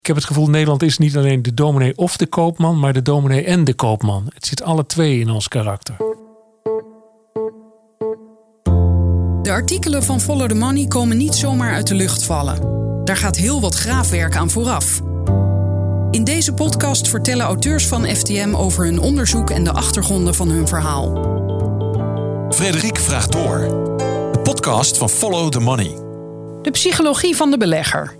Ik heb het gevoel, Nederland is niet alleen de dominee of de koopman, maar de dominee en de koopman. Het zit alle twee in ons karakter. De artikelen van Follow the Money komen niet zomaar uit de lucht vallen. Daar gaat heel wat graafwerk aan vooraf. In deze podcast vertellen auteurs van FTM over hun onderzoek en de achtergronden van hun verhaal. Frederik vraagt door. De podcast van Follow the Money. De psychologie van de belegger.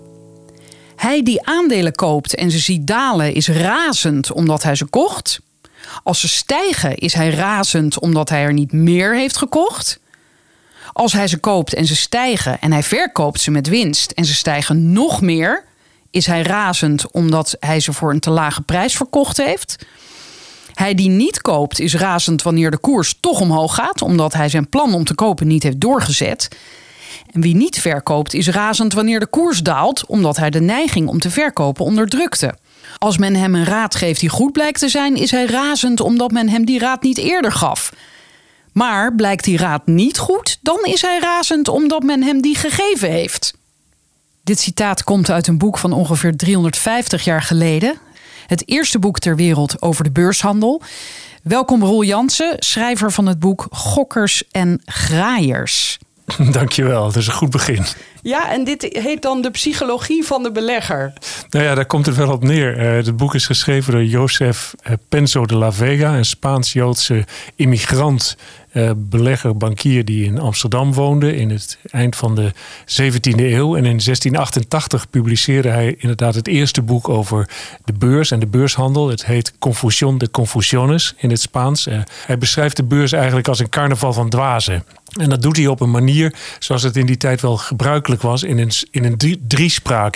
Hij die aandelen koopt en ze ziet dalen is razend omdat hij ze kocht. Als ze stijgen is hij razend omdat hij er niet meer heeft gekocht. Als hij ze koopt en ze stijgen en hij verkoopt ze met winst en ze stijgen nog meer, is hij razend omdat hij ze voor een te lage prijs verkocht heeft. Hij die niet koopt is razend wanneer de koers toch omhoog gaat, omdat hij zijn plan om te kopen niet heeft doorgezet. En wie niet verkoopt is razend wanneer de koers daalt, omdat hij de neiging om te verkopen onderdrukte. Als men hem een raad geeft die goed blijkt te zijn, is hij razend omdat men hem die raad niet eerder gaf. Maar blijkt die raad niet goed, dan is hij razend omdat men hem die gegeven heeft. Dit citaat komt uit een boek van ongeveer 350 jaar geleden. Het eerste boek ter wereld over de beurshandel. Welkom Roel Jansen, schrijver van het boek Gokkers en Graaiers. Dankjewel, dat is een goed begin. Ja, en dit heet dan de psychologie van de belegger. Nou ja, daar komt het wel op neer. Het boek is geschreven door Joseph Penso de la Vega, een Spaans-Joodse immigrant, belegger, bankier die in Amsterdam woonde in het eind van de 17e eeuw. En in 1688 publiceerde hij inderdaad het eerste boek over de beurs en de beurshandel. Het heet Confusión de Confusiones in het Spaans. Hij beschrijft de beurs eigenlijk als een carnaval van dwazen. En dat doet hij op een manier zoals het in die tijd wel gebruikelijk was. In een driespraak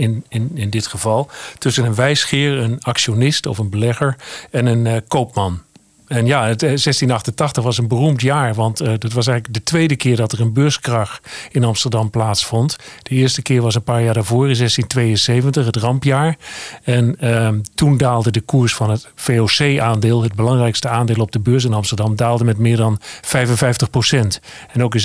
in dit geval. Tussen een wijsgeer, een actionist of een belegger en een koopman. En ja, 1688 was een beroemd jaar. Want dat was eigenlijk de tweede keer dat er een beurskrach in Amsterdam plaatsvond. De eerste keer was een paar jaar daarvoor, in 1672, het rampjaar. En toen daalde de koers van het VOC-aandeel, het belangrijkste aandeel op de beurs in Amsterdam, daalde met meer dan 55%. En ook in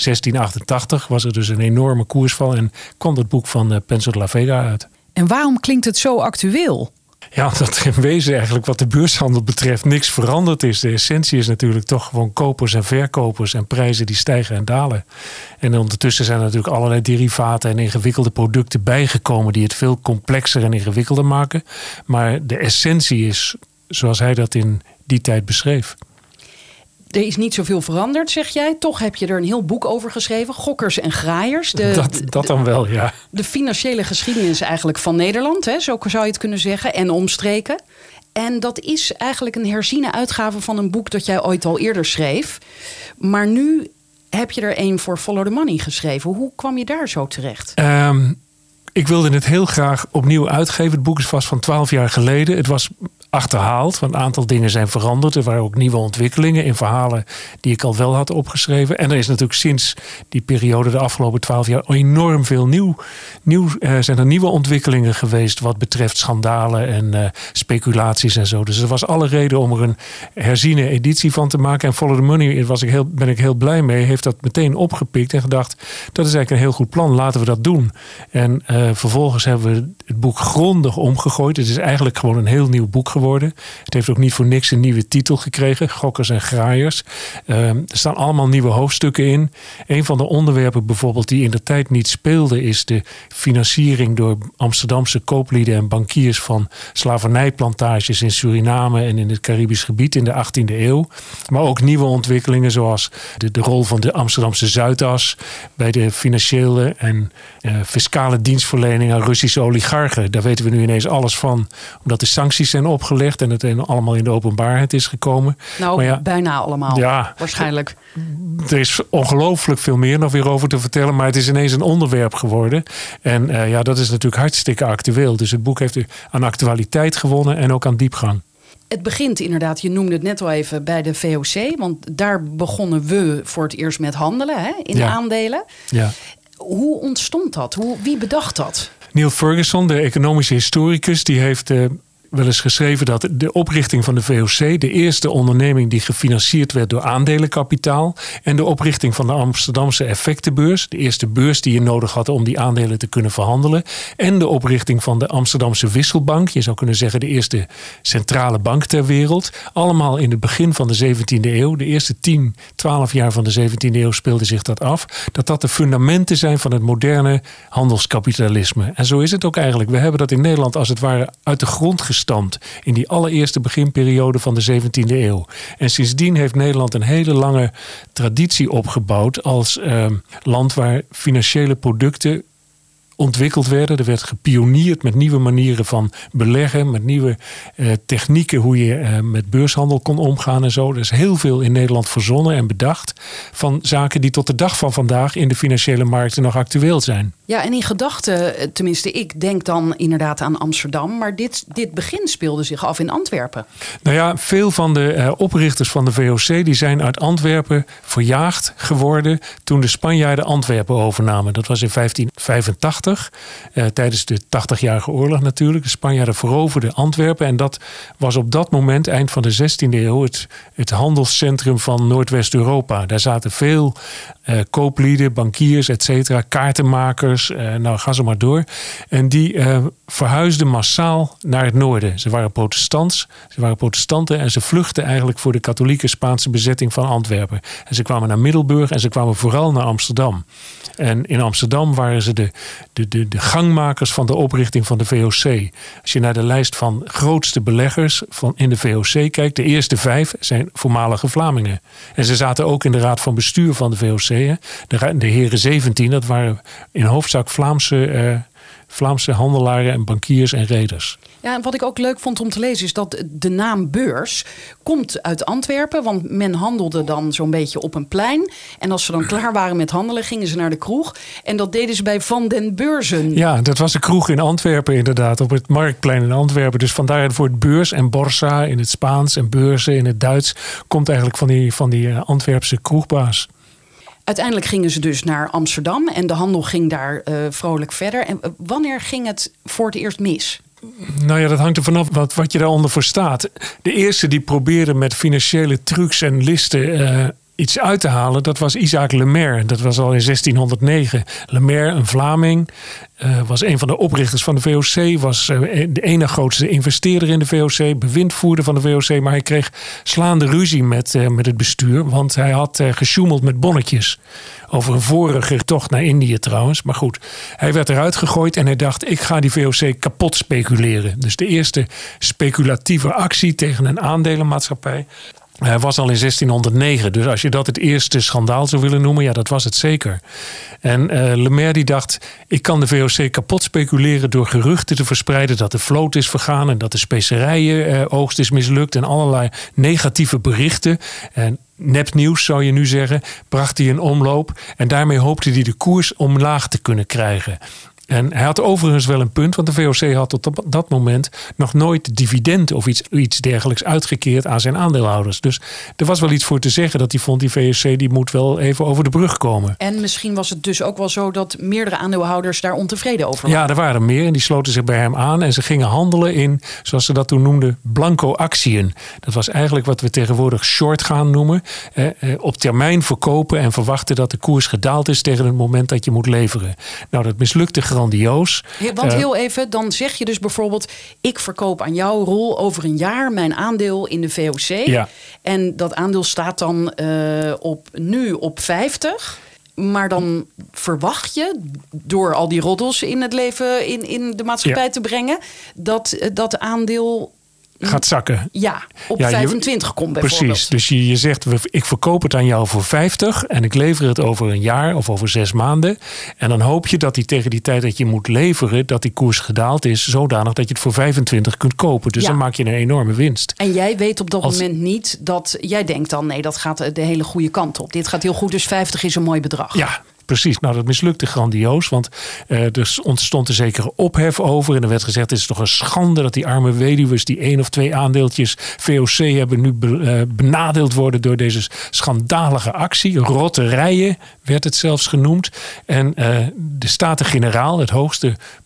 1688 was er dus een enorme koersval en kwam het boek van Penso de la Vega uit. En waarom klinkt het zo actueel? Ja, dat er in wezen eigenlijk wat de beurshandel betreft niks veranderd is. De essentie is natuurlijk toch gewoon kopers en verkopers en prijzen die stijgen en dalen. En ondertussen zijn er natuurlijk allerlei derivaten en ingewikkelde producten bijgekomen die het veel complexer en ingewikkelder maken. Maar de essentie is zoals hij dat in die tijd beschreef. Er is niet zoveel veranderd, zeg jij. Toch heb je er een heel boek over geschreven. Gokkers en Graaiers. Dat dan wel, ja. De financiële geschiedenis eigenlijk van Nederland. Hè, zo zou je het kunnen zeggen. En omstreken. En dat is eigenlijk een herziene uitgave van een boek dat jij ooit al eerder schreef. Maar nu heb je er een voor Follow the Money geschreven. Hoe kwam je daar zo terecht? Ik wilde het heel graag opnieuw uitgeven. Het boek is vast van 12 jaar geleden. Het was achterhaald, want een aantal dingen zijn veranderd. Er waren ook nieuwe ontwikkelingen in verhalen die ik al wel had opgeschreven. En er is natuurlijk sinds die periode, de afgelopen 12 jaar, enorm veel zijn er nieuwe ontwikkelingen geweest wat betreft schandalen en speculaties en zo. Dus er was alle reden om er een herziene editie van te maken. En Follow the Money ben ik heel blij mee. Heeft dat meteen opgepikt en gedacht, dat is eigenlijk een heel goed plan. Laten we dat doen. En vervolgens hebben we het boek grondig omgegooid. Het is eigenlijk gewoon een heel nieuw boek geworden. Het heeft ook niet voor niks een nieuwe titel gekregen. Gokkers en Graaiers. Er staan allemaal nieuwe hoofdstukken in. Een van de onderwerpen bijvoorbeeld die in de tijd niet speelde is de financiering door Amsterdamse kooplieden en bankiers van slavernijplantages in Suriname en in het Caribisch gebied in de 18e eeuw. Maar ook nieuwe ontwikkelingen zoals de rol van de Amsterdamse Zuidas bij de financiële en fiscale dienstverlening aan Russische oligarchen. Daar weten we nu ineens alles van, omdat de sancties zijn opgelegd en het allemaal in de openbaarheid is gekomen. Nou, maar ja, bijna allemaal, ja, waarschijnlijk. Er is ongelooflijk veel meer nog weer over te vertellen, maar het is ineens een onderwerp geworden. En dat is natuurlijk hartstikke actueel. Dus het boek heeft aan actualiteit gewonnen en ook aan diepgang. Het begint inderdaad, je noemde het net al even, bij de VOC. Want daar begonnen we voor het eerst met handelen in aandelen. Ja. Hoe ontstond dat? Wie bedacht dat? Neil Ferguson, de economische historicus, die heeft wel eens geschreven dat de oprichting van de VOC... de eerste onderneming die gefinancierd werd door aandelenkapitaal... en de oprichting van de Amsterdamse effectenbeurs... de eerste beurs die je nodig had om die aandelen te kunnen verhandelen... en de oprichting van de Amsterdamse Wisselbank... je zou kunnen zeggen de eerste centrale bank ter wereld... allemaal in het begin van de 17e eeuw... de eerste 10, 12 jaar van de 17e eeuw speelde zich dat af... dat de fundamenten zijn van het moderne handelskapitalisme. En zo is het ook eigenlijk. We hebben dat in Nederland als het ware uit de grond gestampt... in die allereerste beginperiode van de 17e eeuw. En sindsdien heeft Nederland een hele lange traditie opgebouwd... als land waar financiële producten ontwikkeld werden. Er werd gepioneerd met nieuwe manieren van beleggen... met nieuwe technieken hoe je met beurshandel kon omgaan en zo. Er is heel veel in Nederland verzonnen en bedacht... van zaken die tot de dag van vandaag in de financiële markten nog actueel zijn. Ja, en in gedachten, tenminste ik denk dan inderdaad aan Amsterdam... maar dit begin speelde zich af in Antwerpen. Nou ja, veel van de oprichters van de VOC... die zijn uit Antwerpen verjaagd geworden... toen de Spanjaarden Antwerpen overnamen. Dat was in 1585. Tijdens de 80-jarige oorlog natuurlijk. De Spanjaarden veroverden Antwerpen. En dat was op dat moment, eind van de 16e eeuw... het handelscentrum van Noordwest-Europa. Daar zaten veel kooplieden, bankiers, et cetera, kaartenmakers. Nou, ga zo maar door. En die verhuisden massaal naar het noorden. Ze waren protestanten en ze vluchtten eigenlijk... voor de katholieke Spaanse bezetting van Antwerpen. En ze kwamen naar Middelburg en ze kwamen vooral naar Amsterdam. En in Amsterdam waren ze de gangmakers van de oprichting van de VOC. Als je naar de lijst van grootste beleggers in de VOC kijkt... de eerste 5 zijn voormalige Vlamingen. En ze zaten ook in de raad van bestuur van de VOC. De heren 17, dat waren in hoofdzaak Vlaamse handelaren en bankiers en reders. Ja, en wat ik ook leuk vond om te lezen is dat de naam beurs komt uit Antwerpen. Want men handelde dan zo'n beetje op een plein. En als ze dan klaar waren met handelen, gingen ze naar de kroeg. En dat deden ze bij Van den Beurzen. Ja, dat was de kroeg in Antwerpen inderdaad, op het Marktplein in Antwerpen. Dus vandaar het woord beurs en borsa in het Spaans en beurzen in het Duits... komt eigenlijk van die Antwerpse kroegbaas. Uiteindelijk gingen ze dus naar Amsterdam en de handel ging daar vrolijk verder. En wanneer ging het voor het eerst mis? Nou ja, dat hangt er vanaf wat je daaronder verstaat. De eerste die probeerde met financiële trucs en listen iets uit te halen... dat was Isaac Le Maire. Dat was al in 1609. Le Maire, een Vlaming, was een van de oprichters van de VOC... was de ene grootste investeerder in de VOC... bewindvoerder van de VOC... maar hij kreeg slaande ruzie met het bestuur... want hij had gesjoemeld met bonnetjes. Over een vorige tocht naar Indië trouwens. Maar goed, hij werd eruit gegooid en hij dacht... ik ga die VOC kapot speculeren. Dus de eerste speculatieve actie tegen een aandelenmaatschappij... Hij was al in 1609, dus als je dat het eerste schandaal zou willen noemen... ja, dat was het zeker. En Le Maire die dacht, ik kan de VOC kapot speculeren... door geruchten te verspreiden dat de vloot is vergaan... en dat de specerijen-oogst is mislukt... en allerlei negatieve berichten... En nepnieuws zou je nu zeggen, bracht hij in omloop... en daarmee hoopte hij de koers omlaag te kunnen krijgen... En hij had overigens wel een punt, want de VOC had tot dat moment nog nooit dividend of iets dergelijks uitgekeerd aan zijn aandeelhouders. Dus er was wel iets voor te zeggen dat hij vond, die VOC die moet wel even over de brug komen. En misschien was het dus ook wel zo dat meerdere aandeelhouders daar ontevreden over waren. Ja, er waren er meer en die sloten zich bij hem aan en ze gingen handelen in, zoals ze dat toen noemden, blanco actieën. Dat was eigenlijk wat we tegenwoordig short gaan noemen. Op termijn verkopen en verwachten dat de koers gedaald is tegen het moment dat je moet leveren. Nou, dat mislukte grandioos. Want heel even, dan zeg je dus bijvoorbeeld, ik verkoop aan jou, Roel, over een jaar mijn aandeel in de VOC. Ja. En dat aandeel staat dan nu op 50. Maar dan verwacht je, door al die roddels in het leven, in de maatschappij te brengen, dat aandeel gaat zakken. Ja, op 25 komt bijvoorbeeld. Precies, dus je zegt, ik verkoop het aan jou voor 50 en ik lever het over een jaar of over 6 maanden. En dan hoop je dat die tegen die tijd dat je moet leveren, dat die koers gedaald is, zodanig dat je het voor 25 kunt kopen. Dus dan maak je een enorme winst. En jij weet op dat moment niet dat, jij denkt dan, nee, dat gaat de hele goede kant op. Dit gaat heel goed, dus 50 is een mooi bedrag. Ja. Precies, nou dat mislukte grandioos, want er ontstond een zekere ophef over en er werd gezegd, het is toch een schande dat die arme weduwes die 1 of 2 aandeeltjes VOC hebben nu benadeeld worden door deze schandalige actie. Rotterijen werd het zelfs genoemd. En de Staten-Generaal, het hoogste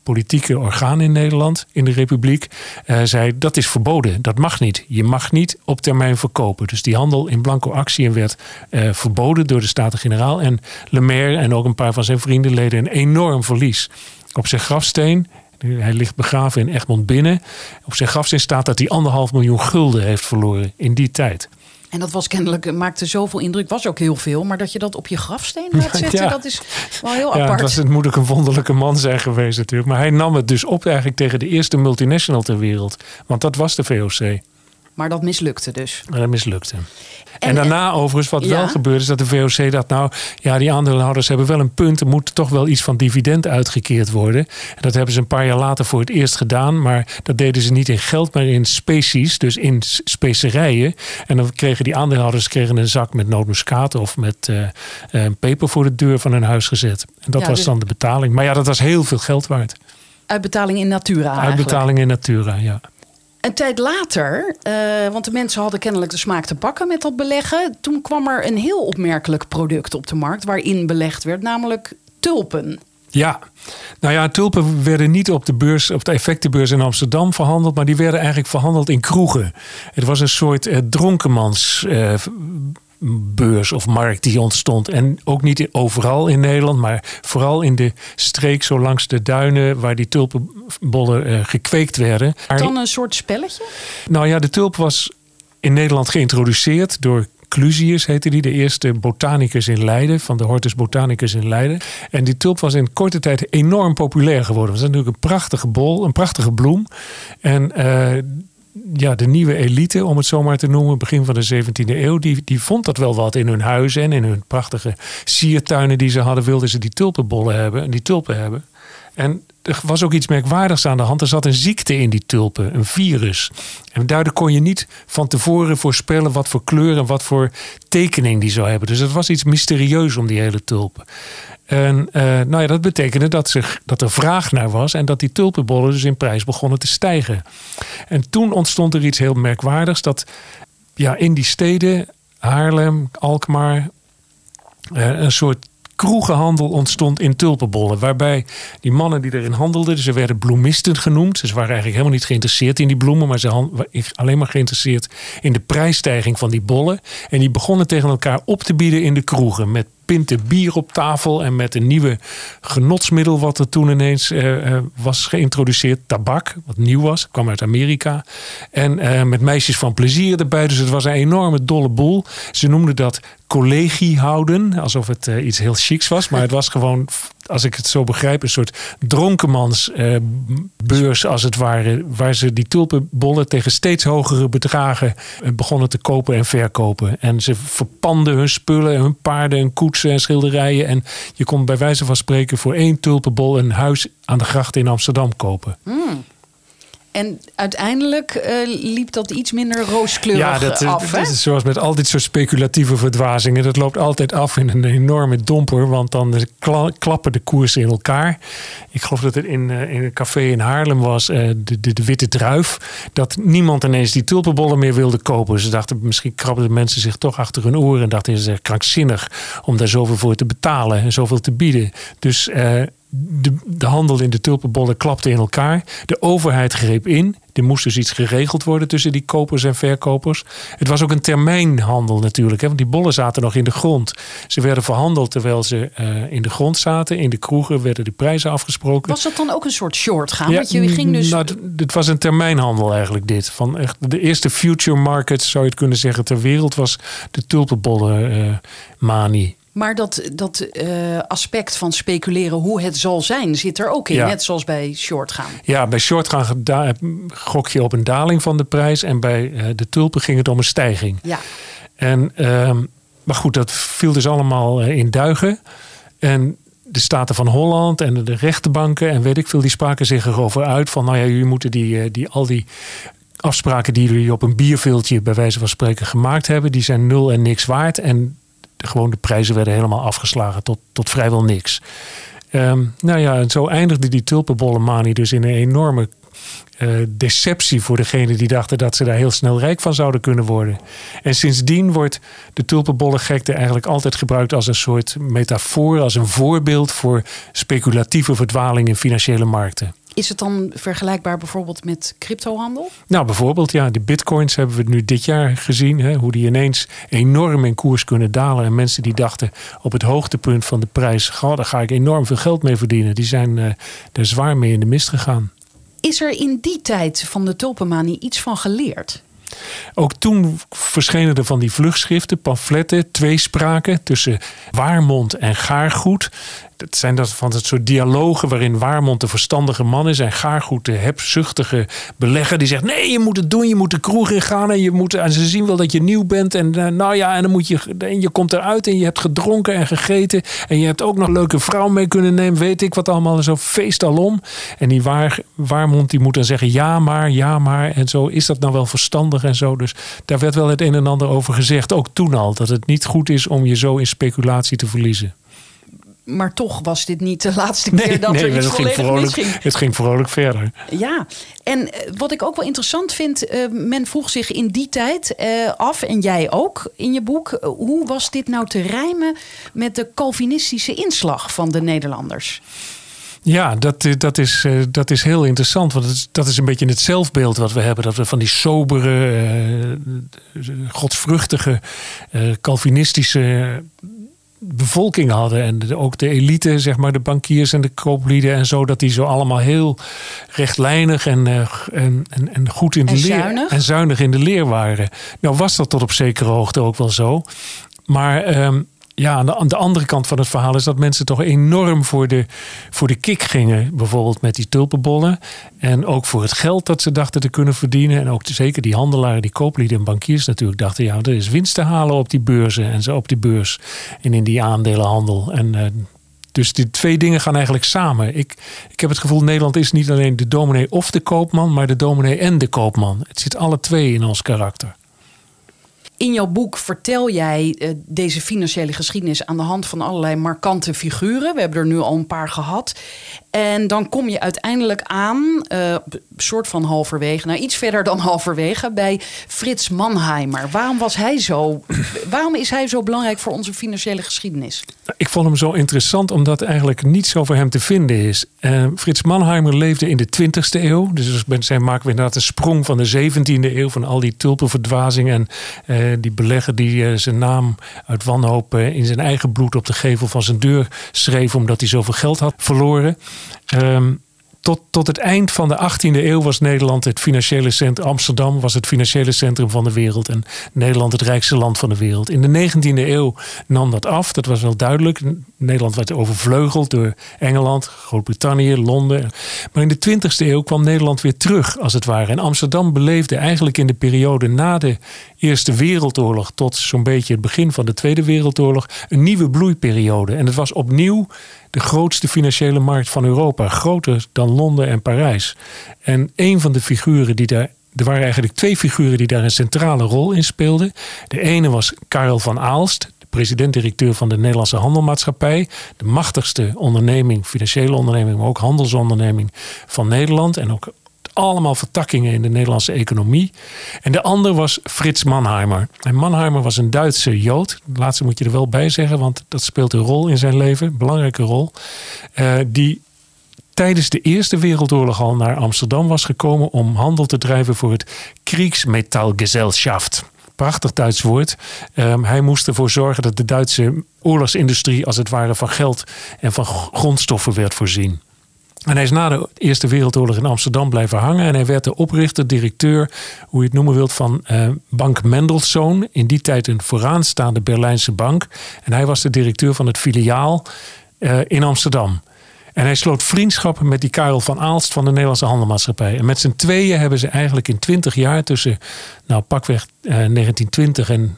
politieke orgaan in Nederland, in de Republiek, zei dat is verboden. Dat mag niet. Je mag niet op termijn verkopen. Dus die handel in blanco actieën werd verboden door de Staten-Generaal. En Le Maire en ook een paar van zijn vrienden leden een enorm verlies. Op zijn grafsteen, hij ligt begraven in Egmond Binnen. Op zijn grafsteen staat dat hij 1,5 miljoen gulden heeft verloren in die tijd. En dat was kennelijk, maakte zoveel indruk, was ook heel veel. Maar dat je dat op je grafsteen laat zetten, dat is wel heel apart. Het moet ook een wonderlijke man zijn geweest natuurlijk. Maar hij nam het dus op eigenlijk tegen de eerste multinational ter wereld. Want dat was de VOC. Maar dat mislukte dus. Dat mislukte. En daarna overigens, wat wel gebeurde, is dat de VOC dacht, die aandeelhouders hebben wel een punt. Er moet toch wel iets van dividend uitgekeerd worden. En dat hebben ze een paar jaar later voor het eerst gedaan. Maar dat deden ze niet in geld, maar in species. Dus in specerijen. En dan kregen die aandeelhouders een zak met nootmuskaat of met een peper voor de deur van hun huis gezet. En dat was dan de betaling. Maar dat was heel veel geld waard. Uitbetaling in natura eigenlijk. Uitbetaling in natura, ja. Een tijd later, want de mensen hadden kennelijk de smaak te pakken met dat beleggen. Toen kwam er een heel opmerkelijk product op de markt waarin belegd werd, namelijk tulpen. Ja, tulpen werden niet op de beurs, op de effectenbeurs in Amsterdam verhandeld, maar die werden eigenlijk verhandeld in kroegen. Het was een soort dronkenmansbeurs of markt die ontstond. En ook niet overal in Nederland, maar vooral in de streek zo langs de duinen waar die tulpenbollen gekweekt werden. Dan een soort spelletje? De tulp was in Nederland geïntroduceerd door Clusius, heette die, de eerste botanicus in Leiden, van de Hortus Botanicus in Leiden. En die tulp was in korte tijd enorm populair geworden. Het was natuurlijk een prachtige bol, een prachtige bloem. En de nieuwe elite, om het zo maar te noemen, begin van de 17e eeuw, die vond dat wel wat in hun huizen en in hun prachtige siertuinen die ze hadden, wilden ze die tulpenbollen hebben en die tulpen hebben. En er was ook iets merkwaardigs aan de hand. Er zat een ziekte in die tulpen, een virus. En daardoor kon je niet van tevoren voorspellen wat voor kleur en wat voor tekening die zou hebben. Dus het was iets mysterieus om die hele tulpen. En dat betekende dat er vraag naar was en dat die tulpenbollen dus in prijs begonnen te stijgen. En toen ontstond er iets heel merkwaardigs. Dat in die steden, Haarlem, Alkmaar, een soort kroegenhandel ontstond in tulpenbollen. Waarbij die mannen die erin handelden, ze werden bloemisten genoemd. Ze waren eigenlijk helemaal niet geïnteresseerd in die bloemen, maar ze waren alleen maar geïnteresseerd in de prijsstijging van die bollen. En die begonnen tegen elkaar op te bieden in de kroegen met pinten bier op tafel en met een nieuwe genotsmiddel wat er toen ineens was geïntroduceerd. Tabak, wat nieuw was, kwam uit Amerika. En met meisjes van plezier erbij. Dus het was een enorme dolle boel. Ze noemden dat collegie houden, alsof het iets heel chics was. Maar het was gewoon, als ik het zo begrijp, een soort dronkenmansbeurs als het ware. Waar ze die tulpenbollen tegen steeds hogere bedragen begonnen te kopen en verkopen. En ze verpanden hun spullen, hun paarden en koetsen en schilderijen. En je kon bij wijze van spreken voor 1 tulpenbol een huis aan de gracht in Amsterdam kopen. En uiteindelijk liep dat iets minder rooskleurig af. Dat is zoals met al dit soort speculatieve verdwazingen. Dat loopt altijd af in een enorme domper. Want dan klappen de koersen in elkaar. Ik geloof dat het in een café in Haarlem was. De Witte Druif. Dat niemand ineens die tulpenbollen meer wilde kopen. Ze dachten, misschien krabbelden mensen zich toch achter hun oren. En dachten, het is krankzinnig om daar zoveel voor te betalen. En zoveel te bieden. Dus de handel in de tulpenbollen klapte in elkaar. De overheid greep in. Er moest dus iets geregeld worden tussen die kopers en verkopers. Het was ook een termijnhandel natuurlijk. Want die bollen zaten nog in de grond. Ze werden verhandeld terwijl ze in de grond zaten. In de kroegen werden de prijzen afgesproken. Was dat dan ook een soort short gaan? Want je ging dus... Het was een termijnhandel eigenlijk dit. Van echt de eerste future market, zou je het kunnen zeggen, ter wereld was de tulpenbollen manie. Maar dat aspect van speculeren hoe het zal zijn zit er ook in. Net zoals bij shortgaan. Ja, bij shortgaan gok je op een daling van de prijs. En bij de tulpen ging het om een stijging. Ja. Maar goed, dat viel dus allemaal in duigen. En de Staten van Holland en de rechterbanken en weet ik veel, die spraken zich erover uit van jullie moeten al die afspraken die jullie op een bierveeltje bij wijze van spreken gemaakt hebben, die zijn 0 en niks waard. En gewoon de prijzen werden helemaal afgeslagen tot vrijwel niks. En zo eindigde die tulpenbollenmanie dus in een enorme deceptie voor degene die dachten dat ze daar heel snel rijk van zouden kunnen worden. En sindsdien wordt de tulpenbollengekte eigenlijk altijd gebruikt als een soort metafoor, als een voorbeeld voor speculatieve verdwaling in financiële markten. Is het dan vergelijkbaar bijvoorbeeld met cryptohandel? Nou, bijvoorbeeld, ja, die bitcoins hebben we nu dit jaar gezien. Hè, hoe die ineens enorm in koers kunnen dalen. En mensen die dachten op het hoogtepunt van de prijs, goh, daar ga ik enorm veel geld mee verdienen. Die zijn er zwaar mee in de mist gegaan. Is er in die tijd van de tulpenmanie iets van geleerd? Ook toen verschenen er van die vluchtschriften, pamfletten, tweespraken tussen Warmond en Gaargoed. Dat zijn dat van het soort dialogen waarin Warmond de verstandige man is en Gaargoed de hebzuchtige belegger die zegt: nee, je moet het doen, je moet de kroeg in gaan en ze zien wel dat je nieuw bent en dan moet je komt eruit en je hebt gedronken en gegeten en je hebt ook nog een leuke vrouw mee kunnen nemen, weet ik wat allemaal, zo feest alom. En die Warmond die moet dan zeggen ja maar en zo, is dat nou wel verstandig en zo. Dus daar werd wel het een en ander over gezegd, ook toen al, dat het niet goed is om je zo in speculatie te verliezen. Maar toch was dit niet de laatste keer dat er iets volledig misging. Het ging vrolijk verder. Ja, en wat ik ook wel interessant vind, men vroeg zich in die tijd af, en jij ook in je boek, hoe was dit nou te rijmen met de Calvinistische inslag van de Nederlanders? Ja, dat is heel interessant. Want dat is een beetje het zelfbeeld wat we hebben. Dat we van die sobere, godsvruchtige, Calvinistische bevolking hadden. En ook de elite, zeg maar, de bankiers en de kooplieden en zo. Dat die zo allemaal heel rechtlijnig en goed in de leer. En zuinig in de leer waren. Nou was dat tot op zekere hoogte ook wel zo. Maar aan de andere kant van het verhaal is dat mensen toch enorm voor de kick gingen. Bijvoorbeeld met die tulpenbollen. En ook voor het geld dat ze dachten te kunnen verdienen. En ook zeker die handelaren, die kooplieden en bankiers natuurlijk dachten, ja, er is winst te halen op die beurzen en zo op die beurs en in die aandelenhandel. En dus die twee dingen gaan eigenlijk samen. Ik heb het gevoel, Nederland is niet alleen de dominee of de koopman, maar de dominee en de koopman. Het zit alle twee in ons karakter. In jouw boek vertel jij deze financiële geschiedenis aan de hand van allerlei markante figuren. We hebben er nu al een paar gehad. En dan kom je uiteindelijk aan, soort van halverwege, nou iets verder dan halverwege, bij Frits Mannheimer. Waarom is hij zo belangrijk voor onze financiële geschiedenis? Ik vond hem zo interessant omdat eigenlijk niets over hem te vinden is. Frits Mannheimer leefde in de 20e eeuw. Dus maken we inderdaad een sprong van de 17e eeuw, van al die tulpenverdwazing en die belegger die zijn naam uit wanhoop in zijn eigen bloed op de gevel van zijn deur schreef omdat hij zoveel geld had verloren. Tot het eind van de 18e eeuw was Nederland het financiële centrum. Amsterdam was het financiële centrum van de wereld. En Nederland het rijkste land van de wereld. In de 19e eeuw nam dat af. Dat was wel duidelijk. Nederland werd overvleugeld door Engeland, Groot-Brittannië, Londen. Maar in de 20e eeuw kwam Nederland weer terug, als het ware. En Amsterdam beleefde eigenlijk in de periode na de Eerste Wereldoorlog tot zo'n beetje het begin van de Tweede Wereldoorlog een nieuwe bloeiperiode. En het was opnieuw de grootste financiële markt van Europa. Groter dan Londen en Parijs. En een van de figuren die daar... Er waren eigenlijk twee figuren die daar een centrale rol in speelden. De ene was Karel van Aalst, de president-directeur van de Nederlandse Handelmaatschappij. De machtigste onderneming, financiële onderneming, maar ook handelsonderneming van Nederland. En ook allemaal vertakkingen in de Nederlandse economie. En de ander was Frits Mannheimer. En Mannheimer was een Duitse Jood. De laatste moet je er wel bij zeggen, want dat speelt een rol in zijn leven. Een belangrijke rol. Die tijdens de Eerste Wereldoorlog al naar Amsterdam was gekomen om handel te drijven voor het Kriegsmetallgesellschaft. Prachtig Duits woord. Hij moest ervoor zorgen dat de Duitse oorlogsindustrie als het ware van geld en van grondstoffen werd voorzien. En hij is na de Eerste Wereldoorlog in Amsterdam blijven hangen. En hij werd de oprichter, directeur, hoe je het noemen wilt, van Bank Mendelssohn. In die tijd een vooraanstaande Berlijnse bank. En hij was de directeur van het filiaal in Amsterdam. En hij sloot vriendschappen met die Karel van Aalst van de Nederlandse Handelmaatschappij. En met z'n tweeën hebben ze eigenlijk in 20 jaar tussen pakweg 1920 en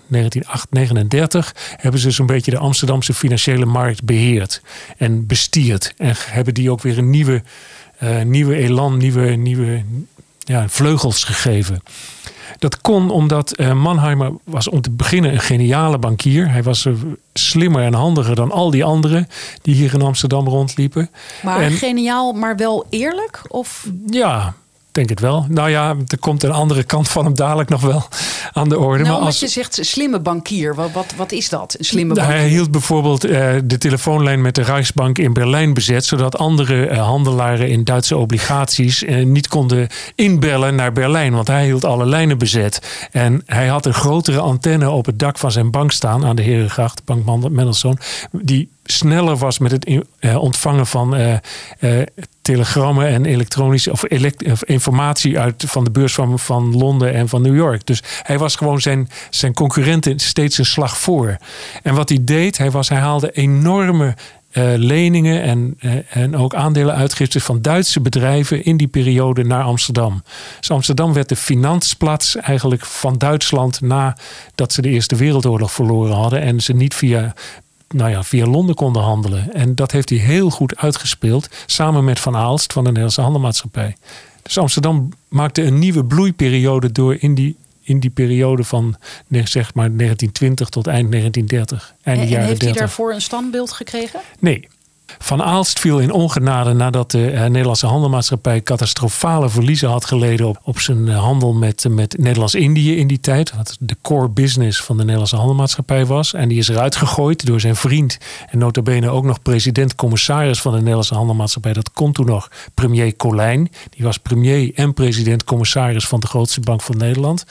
1939... hebben ze zo'n beetje de Amsterdamse financiële markt beheerd en bestierd. En hebben die ook weer een nieuwe elan, nieuwe vleugels gegeven. Dat kon omdat Mannheimer was om te beginnen een geniale bankier. Hij was slimmer en handiger dan al die anderen die hier in Amsterdam rondliepen. Maar geniaal, maar wel eerlijk? Of? Ja, denk het wel. Nou ja, er komt een andere kant van hem dadelijk nog wel. aan de orde. Nou, als je zegt slimme bankier, wat is dat? Een slimme bankier? Hij hield bijvoorbeeld de telefoonlijn met de Reichsbank in Berlijn bezet, zodat andere handelaren in Duitse obligaties niet konden inbellen naar Berlijn, want hij hield alle lijnen bezet. En hij had een grotere antenne op het dak van zijn bank staan aan de Herengracht, Bank Mendelssohn, die sneller was met het ontvangen van telegrammen en elektronische of informatie van de beurs van Londen en van New York. Dus hij was gewoon zijn concurrenten steeds een slag voor. En wat hij deed, hij haalde enorme leningen en ook aandelenuitgiftes van Duitse bedrijven in die periode naar Amsterdam. Dus Amsterdam werd de finansplaats eigenlijk van Duitsland nadat ze de Eerste Wereldoorlog verloren hadden en ze niet via Londen konden handelen. En dat heeft hij heel goed uitgespeeld, samen met Van Aalst van de Nederlandse Handelmaatschappij. Dus Amsterdam maakte een nieuwe bloeiperiode door in die periode van zeg maar 1920 tot eind 1930. En heeft hij daarvoor een standbeeld gekregen? Nee. Van Aalst viel in ongenade nadat de Nederlandse Handelmaatschappij catastrofale verliezen had geleden op zijn handel met Nederlands-Indië in die tijd. Wat de core business van de Nederlandse Handelmaatschappij was. En die is eruit gegooid door zijn vriend en nota bene ook nog president-commissaris van de Nederlandse Handelmaatschappij. Dat kon toen nog premier Colijn. Die was premier en president-commissaris van de grootste bank van Nederland.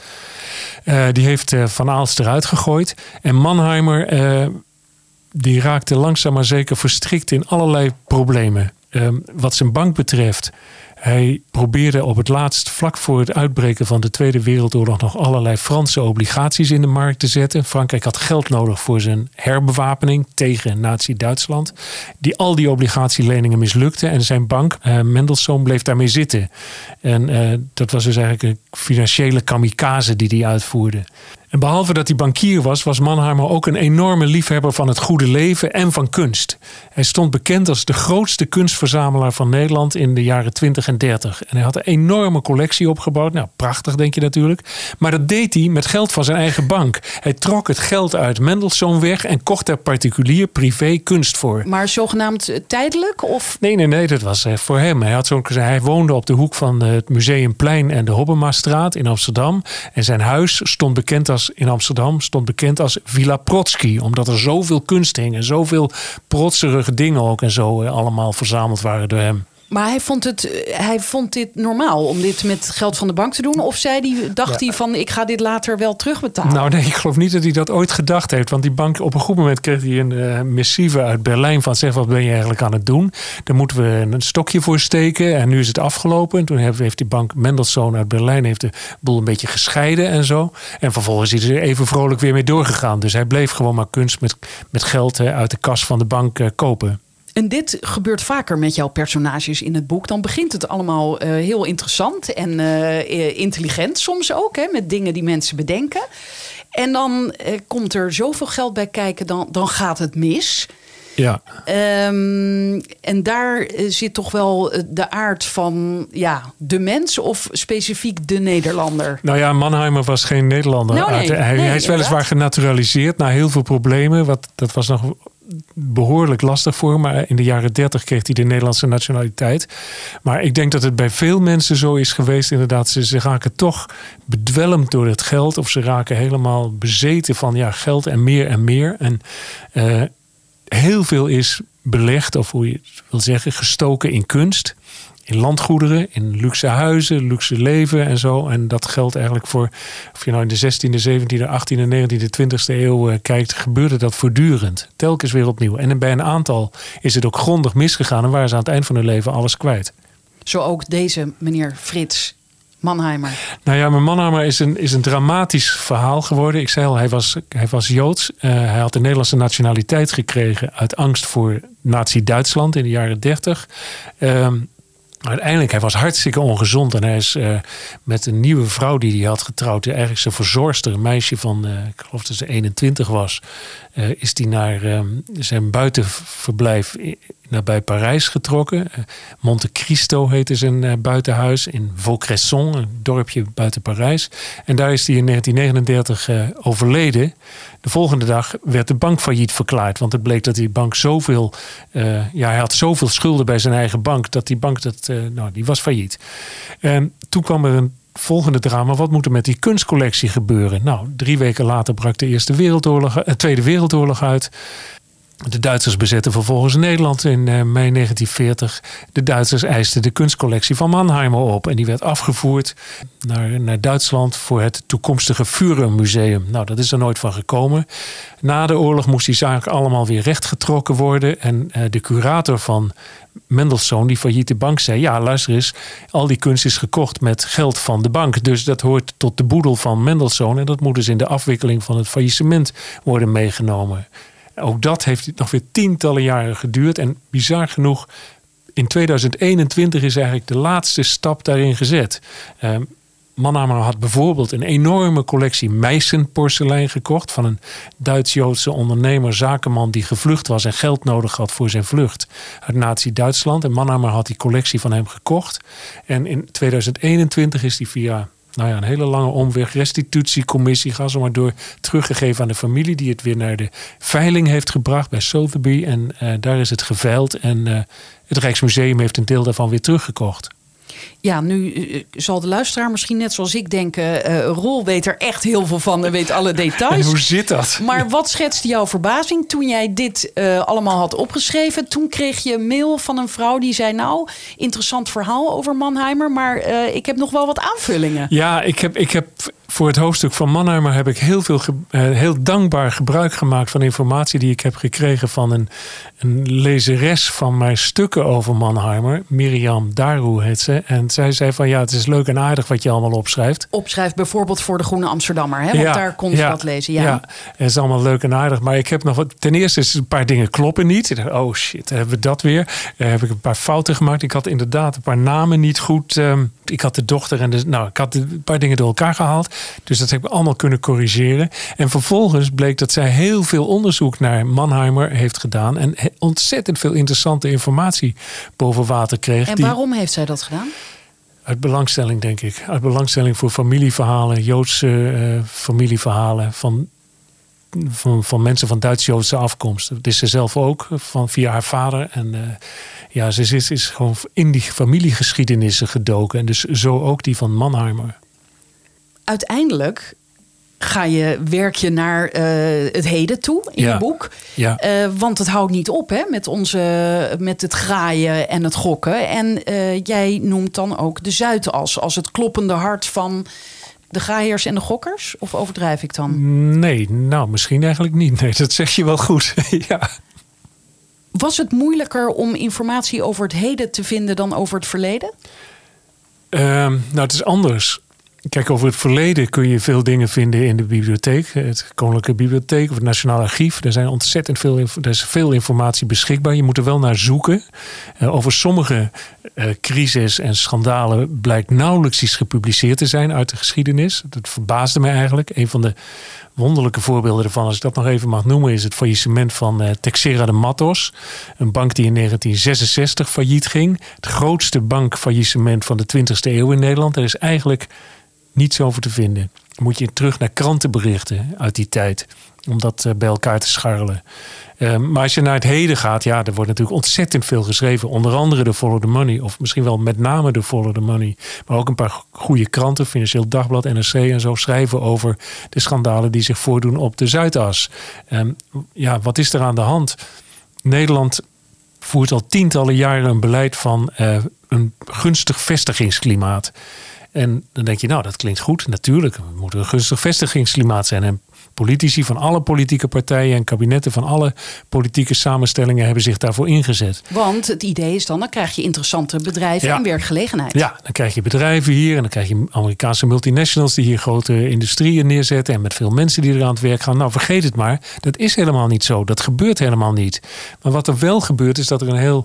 Die heeft Van Aalst eruit gegooid. En Mannheimer die raakte langzaam maar zeker verstrikt in allerlei problemen. Wat zijn bank betreft, hij probeerde op het laatst vlak voor het uitbreken van de Tweede Wereldoorlog nog allerlei Franse obligaties in de markt te zetten. Frankrijk had geld nodig voor zijn herbewapening tegen Nazi-Duitsland. Al die obligatieleningen mislukten en zijn bank, Mendelssohn, bleef daarmee zitten. En dat was dus eigenlijk een financiële kamikaze die hij uitvoerde. En behalve dat hij bankier was Mannheimer ook een enorme liefhebber van het goede leven en van kunst. Hij stond bekend als de grootste kunstverzamelaar van Nederland in de jaren 20 en 30. En hij had een enorme collectie opgebouwd. Nou, prachtig denk je natuurlijk. Maar dat deed hij met geld van zijn eigen bank. Hij trok het geld uit Mendelssohn weg en kocht er particulier privé kunst voor. Maar zogenaamd tijdelijk? Of? Nee, dat was voor hem. Hij woonde op de hoek van het Museumplein en de Hobbemastraat in Amsterdam. En zijn huis stond bekend als Villa Protsky. Omdat er zoveel kunst hing en zoveel protserige dingen ook en zo allemaal verzameld waren door hem. Maar hij vond dit normaal om dit met geld van de bank te doen? Of dacht hij van ik ga dit later wel terugbetalen? Nou nee, ik geloof niet dat hij dat ooit gedacht heeft. Want die bank, op een goed moment kreeg hij een missieve uit Berlijn van zeg, wat ben je eigenlijk aan het doen? Daar moeten we een stokje voor steken en nu is het afgelopen. En toen heeft die bank Mendelssohn uit Berlijn heeft de boel een beetje gescheiden en zo. En vervolgens is hij er even vrolijk weer mee doorgegaan. Dus hij bleef gewoon maar kunst met geld uit de kas van de bank kopen. En dit gebeurt vaker met jouw personages in het boek. Dan begint het allemaal heel interessant en intelligent soms ook. Met dingen die mensen bedenken. En dan komt er zoveel geld bij kijken, dan gaat het mis. Ja. En daar zit toch wel de aard van de mens of specifiek de Nederlander? Nou ja, Mannheimer was geen Nederlander. Hij is weliswaar genaturaliseerd na heel veel problemen. Dat was nog behoorlijk lastig voor hem. Maar in de jaren 30 kreeg hij de Nederlandse nationaliteit. Maar ik denk dat het bij veel mensen zo is geweest. Inderdaad, ze raken toch bedwelmd door het geld. Of ze raken helemaal bezeten van geld en meer en meer. En heel veel is belegd, of hoe je het wil zeggen, gestoken in kunst. In landgoederen, in luxe huizen, luxe leven en zo. En dat geldt eigenlijk voor, of je nou in de 16e, 17e, 18e, 19e, 20e eeuw kijkt, gebeurde dat voortdurend. Telkens weer opnieuw. En bij een aantal is het ook grondig misgegaan en waren ze aan het eind van hun leven alles kwijt. Zo ook deze meneer Frits Mannheimer. Nou ja, maar Mannheimer is een dramatisch verhaal geworden. Ik zei al, hij was Joods. Hij had de Nederlandse nationaliteit gekregen uit angst voor Nazi-Duitsland in de jaren 30. Uiteindelijk, hij was hartstikke ongezond. En hij is met een nieuwe vrouw die hij had getrouwd, eigenlijk zijn verzorgster, een meisje van, ik geloof dat ze 21 was, is die naar zijn buitenverblijf nabij Parijs getrokken. Monte Cristo heette zijn buitenhuis in Vaucresson, een dorpje buiten Parijs. En daar is hij in 1939 overleden. De volgende dag werd de bank failliet verklaard. Want het bleek dat die bank zoveel, hij had zoveel schulden bij zijn eigen bank, dat die bank die was failliet. En toen kwam er een volgende drama, wat moet er met die kunstcollectie gebeuren? Nou, 3 weken later brak de Tweede Wereldoorlog uit. De Duitsers bezetten vervolgens Nederland in mei 1940. De Duitsers eisten de kunstcollectie van Mannheimer op. En die werd afgevoerd naar Duitsland voor het toekomstige Führermuseum. Nou, dat is er nooit van gekomen. Na de oorlog moest die zaak allemaal weer rechtgetrokken worden. En de curator van Mendelssohn, die failliete bank, zei: ja, luister eens, al die kunst is gekocht met geld van de bank. Dus dat hoort tot de boedel van Mendelssohn. En dat moet dus in de afwikkeling van het faillissement worden meegenomen. Ook dat heeft nog weer tientallen jaren geduurd. En bizar genoeg, in 2021 is eigenlijk de laatste stap daarin gezet. Mannheimer had bijvoorbeeld een enorme collectie Meissen-porselein gekocht van een Duits-Joodse ondernemer, zakenman die gevlucht was en geld nodig had voor zijn vlucht uit Nazi-Duitsland. En Mannheimer had die collectie van hem gekocht. En in 2021 is die via een hele lange omweg, restitutiecommissie, ga zo maar door, teruggegeven aan de familie, die het weer naar de veiling heeft gebracht bij Sotheby. En daar is het geveild en het Rijksmuseum heeft een deel daarvan weer teruggekocht. Ja, nu zal de luisteraar misschien net zoals ik denken, Roel weet er echt heel veel van en weet alle details. En hoe zit dat? Maar wat schetste jouw verbazing toen jij dit allemaal had opgeschreven? Toen kreeg je een mail van een vrouw die zei: nou, interessant verhaal over Mannheimer, maar ik heb nog wel wat aanvullingen. Ja, ik heb voor het hoofdstuk van Mannheimer heb ik heel dankbaar gebruik gemaakt van informatie die ik heb gekregen van een lezeres van mijn stukken over Mannheimer. Miriam Daru heet ze. En zij zei van ja, het is leuk en aardig wat je allemaal opschrijft. Opschrijft bijvoorbeeld voor de Groene Amsterdammer, hè? Want daar kon ze dat lezen. Ja, het is allemaal leuk en aardig. Maar ik heb nog wat. Ten eerste is een paar dingen kloppen niet. Ik dacht, oh shit, hebben we dat weer? Heb ik een paar fouten gemaakt. Ik had inderdaad een paar namen niet goed. Ik had de dochter en ik had een paar dingen door elkaar gehaald. Dus dat heb ik allemaal kunnen corrigeren. En vervolgens bleek dat zij heel veel onderzoek naar Mannheimer heeft gedaan. En ontzettend veel interessante informatie boven water kreeg. En waarom heeft zij dat gedaan? Uit belangstelling, denk ik. Uit belangstelling voor familieverhalen, Joodse familieverhalen van mensen van Duits-Joodse afkomst. Dat is ze zelf ook, via haar vader. En ze is gewoon in die familiegeschiedenissen gedoken. En dus zo ook die van Mannheimer. Uiteindelijk werk je naar het heden toe in je boek. Ja. Want het houdt niet op, hè, met het graaien en het gokken. En jij noemt dan ook de Zuidas als het kloppende hart van de graaiers en de gokkers? Of overdrijf ik dan? Nee, misschien eigenlijk niet. Nee, dat zeg je wel goed. Ja. Was het moeilijker om informatie over het heden te vinden dan over het verleden? Het is anders. Kijk, over het verleden kun je veel dingen vinden in de bibliotheek. Het Koninklijke Bibliotheek of het Nationaal Archief. Er is veel informatie beschikbaar. Je moet er wel naar zoeken. Over sommige crises en schandalen blijkt nauwelijks iets gepubliceerd te zijn uit de geschiedenis. Dat verbaasde mij eigenlijk. Een van de wonderlijke voorbeelden ervan, als ik dat nog even mag noemen, is het faillissement van Teixeira de Mattos. Een bank die in 1966 failliet ging. Het grootste bankfaillissement van de 20e eeuw in Nederland. Er is eigenlijk niets over te vinden. Dan moet je terug naar krantenberichten uit die tijd om dat bij elkaar te scharrelen. Maar als je naar het heden gaat, er wordt natuurlijk ontzettend veel geschreven. Onder andere de Follow the Money, of misschien wel met name de Follow the Money. Maar ook een paar goede kranten, Financieel Dagblad, NRC en zo, schrijven over de schandalen die zich voordoen op de Zuidas. Wat is er aan de hand? Nederland voert al tientallen jaren een beleid van een gunstig vestigingsklimaat. En dan denk je, dat klinkt goed. Natuurlijk, er moet een gunstig vestigingsklimaat zijn. En politici van alle politieke partijen en kabinetten van alle politieke samenstellingen hebben zich daarvoor ingezet. Want het idee is dan krijg je interessante bedrijven en werkgelegenheid. Ja, dan krijg je bedrijven hier en dan krijg je Amerikaanse multinationals die hier grote industrieën neerzetten en met veel mensen die er aan het werk gaan. Vergeet het maar. Dat is helemaal niet zo. Dat gebeurt helemaal niet. Maar wat er wel gebeurt is dat er een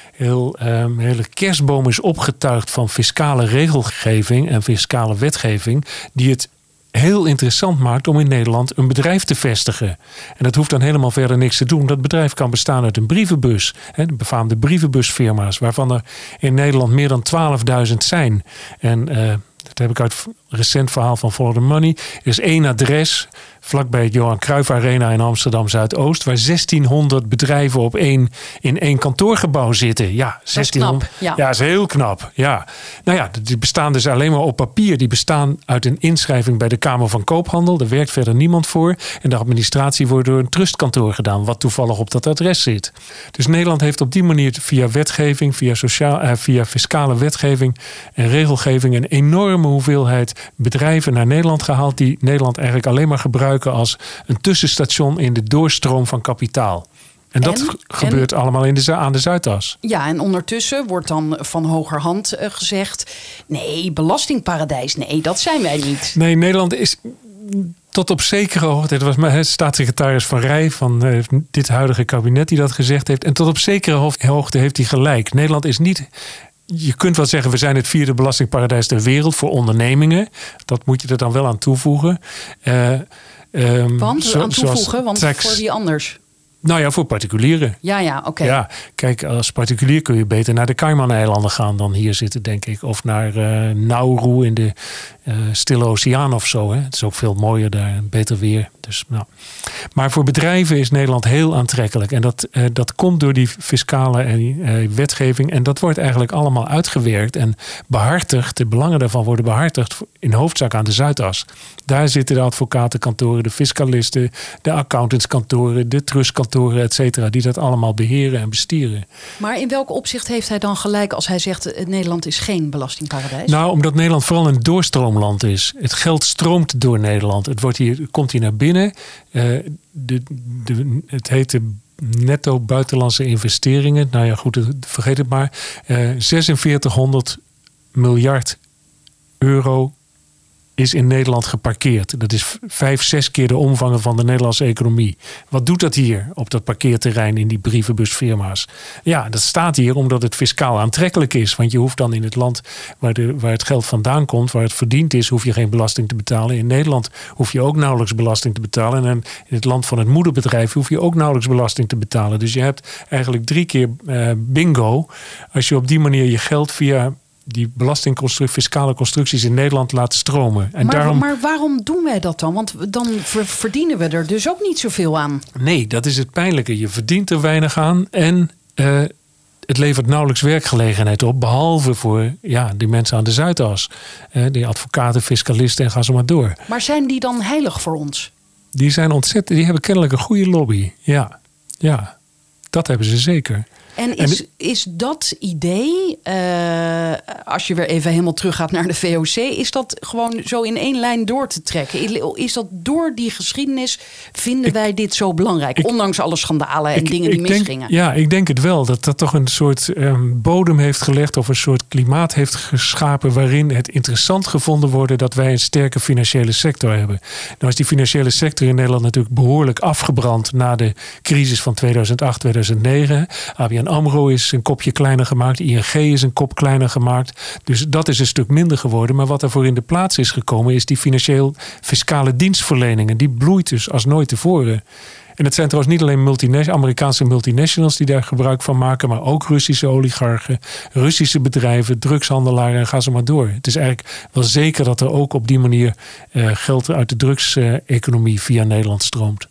hele kerstboom is opgetuigd van fiscale regelgeving en fiscale wetgeving die het heel interessant maakt om in Nederland een bedrijf te vestigen. En dat hoeft dan helemaal verder niks te doen. Dat bedrijf kan bestaan uit een brievenbus. De befaamde brievenbusfirma's, waarvan er in Nederland meer dan 12.000 zijn. En Dat heb ik uit een recent verhaal van Follow the Money. Er is 1 adres vlakbij het Johan Cruijff Arena in Amsterdam Zuidoost, waar 1600 bedrijven in één kantoorgebouw zitten. Ja, 1600. Ja, dat is heel knap. Ja. Nou ja, die bestaan dus alleen maar op papier. Die bestaan uit een inschrijving bij de Kamer van Koophandel. Daar werkt verder niemand voor. En de administratie wordt door een trustkantoor gedaan, wat toevallig op dat adres zit. Dus Nederland heeft op die manier via wetgeving, via fiscale wetgeving en regelgeving een enorme hoeveelheid bedrijven naar Nederland gehaald, die Nederland eigenlijk alleen maar gebruiken als een tussenstation in de doorstroom van kapitaal. En dat gebeurt allemaal aan de Zuidas. Ja, en ondertussen wordt dan van hogerhand gezegd, nee, belastingparadijs, nee, dat zijn wij niet. Nee, Nederland is tot op zekere hoogte, het was mijn staatssecretaris Van Rij van dit huidige kabinet die dat gezegd heeft. En tot op zekere hoogte heeft hij gelijk. Nederland is niet. Je kunt wel zeggen, we zijn het 4e belastingparadijs ter wereld voor ondernemingen. Dat moet je er dan wel aan toevoegen. Want voor wie anders? Nou ja, voor particulieren. Ja, oké. Ja, kijk, als particulier kun je beter naar de Cayman-eilanden gaan dan hier zitten, denk ik. Of naar Nauru in de Stille Oceaan of zo. Hè. Het is ook veel mooier daar, beter weer. Dus, nou. Maar voor bedrijven is Nederland heel aantrekkelijk. En dat komt door die fiscale wetgeving. En dat wordt eigenlijk allemaal uitgewerkt en behartigd. De belangen daarvan worden behartigd in hoofdzaak aan de Zuidas. Daar zitten de advocatenkantoren, de fiscalisten, de accountantskantoren, de trustkantoren, et cetera, die dat allemaal beheren en bestieren. Maar in welk opzicht heeft hij dan gelijk als hij zegt Nederland is geen belastingparadijs? Nou, omdat Nederland vooral een doorstroomland is. Het geld stroomt door Nederland. Het komt hier naar binnen. Het heet de netto buitenlandse investeringen. Nou ja, goed, vergeet het maar. 4600 miljard euro is in Nederland geparkeerd. Dat is 5-6 keer de omvang van de Nederlandse economie. Wat doet dat hier op dat parkeerterrein in die brievenbusfirma's? Ja, dat staat hier omdat het fiscaal aantrekkelijk is. Want je hoeft dan in het land waar het geld vandaan komt, waar het verdiend is, hoef je geen belasting te betalen. In Nederland hoef je ook nauwelijks belasting te betalen. En in het land van het moederbedrijf hoef je ook nauwelijks belasting te betalen. Dus je hebt eigenlijk 3 keer bingo als je op die manier je geld via die fiscale constructies in Nederland laten stromen. En maar waarom doen wij dat dan? Want dan verdienen we er dus ook niet zoveel aan. Nee, dat is het pijnlijke. Je verdient er weinig aan en het levert nauwelijks werkgelegenheid op, behalve voor die mensen aan de Zuidas. Die advocaten, fiscalisten en ga zo maar door. Maar zijn die dan heilig voor ons? Die zijn die hebben kennelijk een goede lobby. Ja, dat hebben ze zeker. En is dat idee, als je weer even helemaal teruggaat naar de VOC, is dat gewoon zo in één lijn door te trekken? Is dat door die geschiedenis, vinden wij dit zo belangrijk? Ondanks alle schandalen en dingen die misgingen. Ik denk het wel. Dat toch een soort bodem heeft gelegd of een soort klimaat heeft geschapen waarin het interessant gevonden wordt dat wij een sterke financiële sector hebben. Nou is die financiële sector in Nederland natuurlijk behoorlijk afgebrand na de crisis van 2008, 2009. ABN AMRO is een kopje kleiner gemaakt. ING is een kop kleiner gemaakt. Dus dat is een stuk minder geworden. Maar wat ervoor in de plaats is gekomen is die fiscale dienstverlening. En die bloeit dus als nooit tevoren. En het zijn trouwens niet alleen Amerikaanse multinationals die daar gebruik van maken, maar ook Russische oligarchen, Russische bedrijven, drugshandelaren en ga zo maar door. Het is eigenlijk wel zeker dat er ook op die manier geld uit de drugseconomie via Nederland stroomt.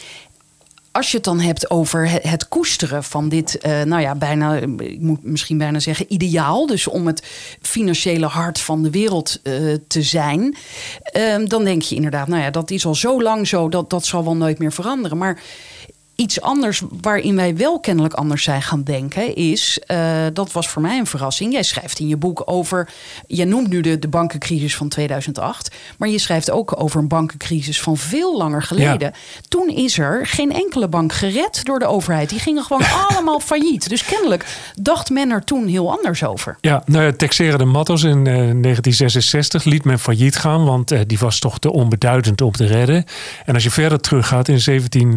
Als je het dan hebt over het koesteren van dit, bijna, ik moet misschien bijna zeggen, ideaal. Dus om het financiële hart van de wereld te zijn. Dan denk je inderdaad, dat is al zo lang zo, dat zal wel nooit meer veranderen. Maar iets anders waarin wij wel kennelijk anders zijn gaan denken is, dat was voor mij een verrassing. Jij schrijft in je boek over, jij noemt nu de bankencrisis van 2008, maar je schrijft ook over een bankencrisis van veel langer geleden. Ja. Toen is er geen enkele bank gered door de overheid. Die gingen gewoon allemaal failliet. Dus kennelijk dacht men er toen heel anders over. Ja, Teixeira de Mattos in 1966 liet men failliet gaan, want die was toch te onbeduidend om te redden. En als je verder teruggaat in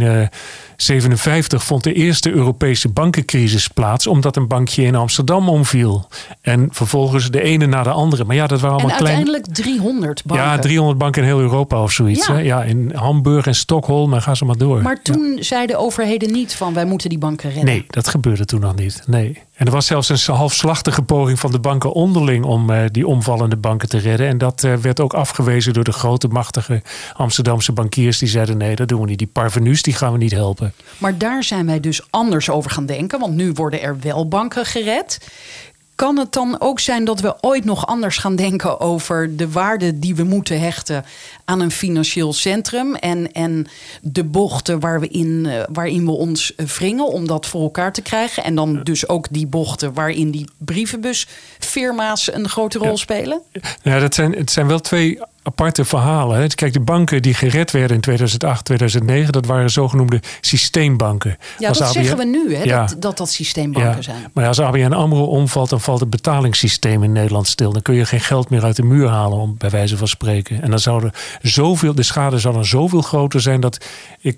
1757 vond de eerste Europese bankencrisis plaats, omdat een bankje in Amsterdam omviel. En vervolgens de ene na de andere. Maar dat waren allemaal uiteindelijk 300 banken. Ja, 300 banken in heel Europa of zoiets. Ja, hè? Ja, in Hamburg en Stockholm, en ga zo maar door. Maar toen zeiden overheden niet van wij moeten die banken redden. Nee, dat gebeurde toen nog niet. Nee. En er was zelfs een halfslachtige poging van de banken onderling om die omvallende banken te redden. En dat werd ook afgewezen door de grote, machtige Amsterdamse bankiers. Die zeiden nee, dat doen we niet. Die parvenus, die gaan we niet helpen. Maar daar zijn wij dus anders over gaan denken. Want nu worden er wel banken gered. Kan het dan ook zijn dat we ooit nog anders gaan denken over de waarde die we moeten hechten aan een financieel centrum en de bochten waarin we ons wringen om dat voor elkaar te krijgen? En dan dus ook die bochten waarin die brievenbusfirma's een grote rol spelen? Ja, het zijn wel twee aparte verhalen. Hè. Kijk, de banken die gered werden in 2008, 2009... dat waren zogenoemde systeembanken. Ja, dat zeggen we nu, hè, ja, dat systeembanken zijn. Maar als ABN AMRO omvalt, dan valt het betalingssysteem in Nederland stil. Dan kun je geen geld meer uit de muur halen, om bij wijze van spreken. En dan zou de schade zou dan zoveel groter zijn dat ik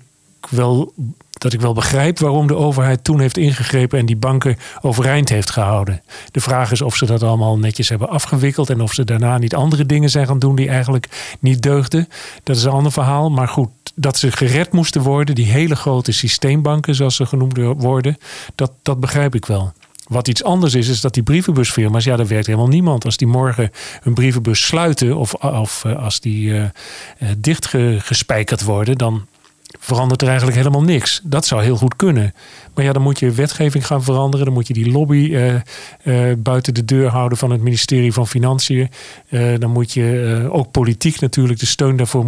wel begrijp waarom de overheid toen heeft ingegrepen en die banken overeind heeft gehouden. De vraag is of ze dat allemaal netjes hebben afgewikkeld en of ze daarna niet andere dingen zijn gaan doen die eigenlijk niet deugden. Dat is een ander verhaal. Maar goed, dat ze gered moesten worden, die hele grote systeembanken zoals ze genoemd worden, dat begrijp ik wel. Wat iets anders is dat die brievenbusfirma's, daar werkt helemaal niemand. Als die morgen een brievenbus sluiten of als die dichtgespijkerd worden, dan verandert er eigenlijk helemaal niks. Dat zou heel goed kunnen. Maar dan moet je wetgeving gaan veranderen. Dan moet je die lobby buiten de deur houden van het ministerie van Financiën. Dan moet je ook politiek natuurlijk, de steun daarvoor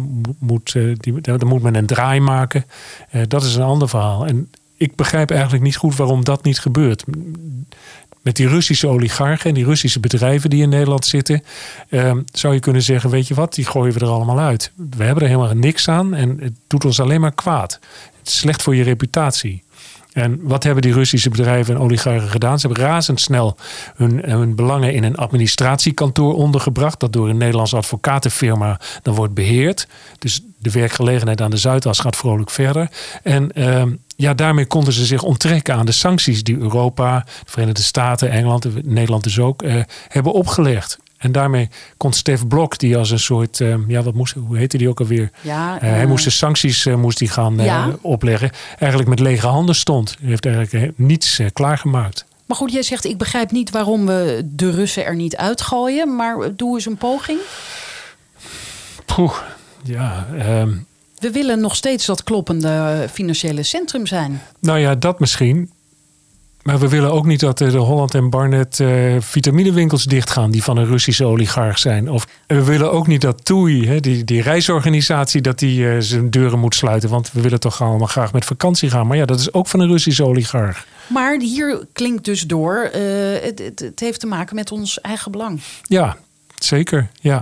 daar moet men een draai maken. Dat is een ander verhaal. En ik begrijp eigenlijk niet goed waarom dat niet gebeurt. Met die Russische oligarchen en die Russische bedrijven die in Nederland zitten, zou je kunnen zeggen, weet je wat, die gooien we er allemaal uit. We hebben er helemaal niks aan en het doet ons alleen maar kwaad. Het is slecht voor je reputatie. En wat hebben die Russische bedrijven en oligarchen gedaan? Ze hebben razendsnel hun belangen in een administratiekantoor ondergebracht, dat door een Nederlandse advocatenfirma dan wordt beheerd. Dus de werkgelegenheid aan de Zuidas gaat vrolijk verder. En daarmee konden ze zich onttrekken aan de sancties die Europa, de Verenigde Staten, Engeland, Nederland dus ook, hebben opgelegd. En daarmee kon Stef Blok, die als een soort, hoe heette die ook alweer? Hij moest de sancties gaan opleggen. Eigenlijk met lege handen stond. Hij heeft eigenlijk niets klaargemaakt. Maar goed, jij zegt, ik begrijp niet waarom we de Russen er niet uitgooien. Maar doe eens een poging. We willen nog steeds dat kloppende financiële centrum zijn. Nou ja, dat misschien. Maar we willen ook niet dat de Holland en Barnett vitaminewinkels dichtgaan die van een Russische oligarch zijn. Of we willen ook niet dat TUI, die reisorganisatie, dat die zijn deuren moet sluiten. Want we willen toch allemaal graag met vakantie gaan. Maar ja, dat is ook van een Russische oligarch. Maar hier klinkt dus door, het heeft te maken met ons eigen belang. Ja, zeker. Ja.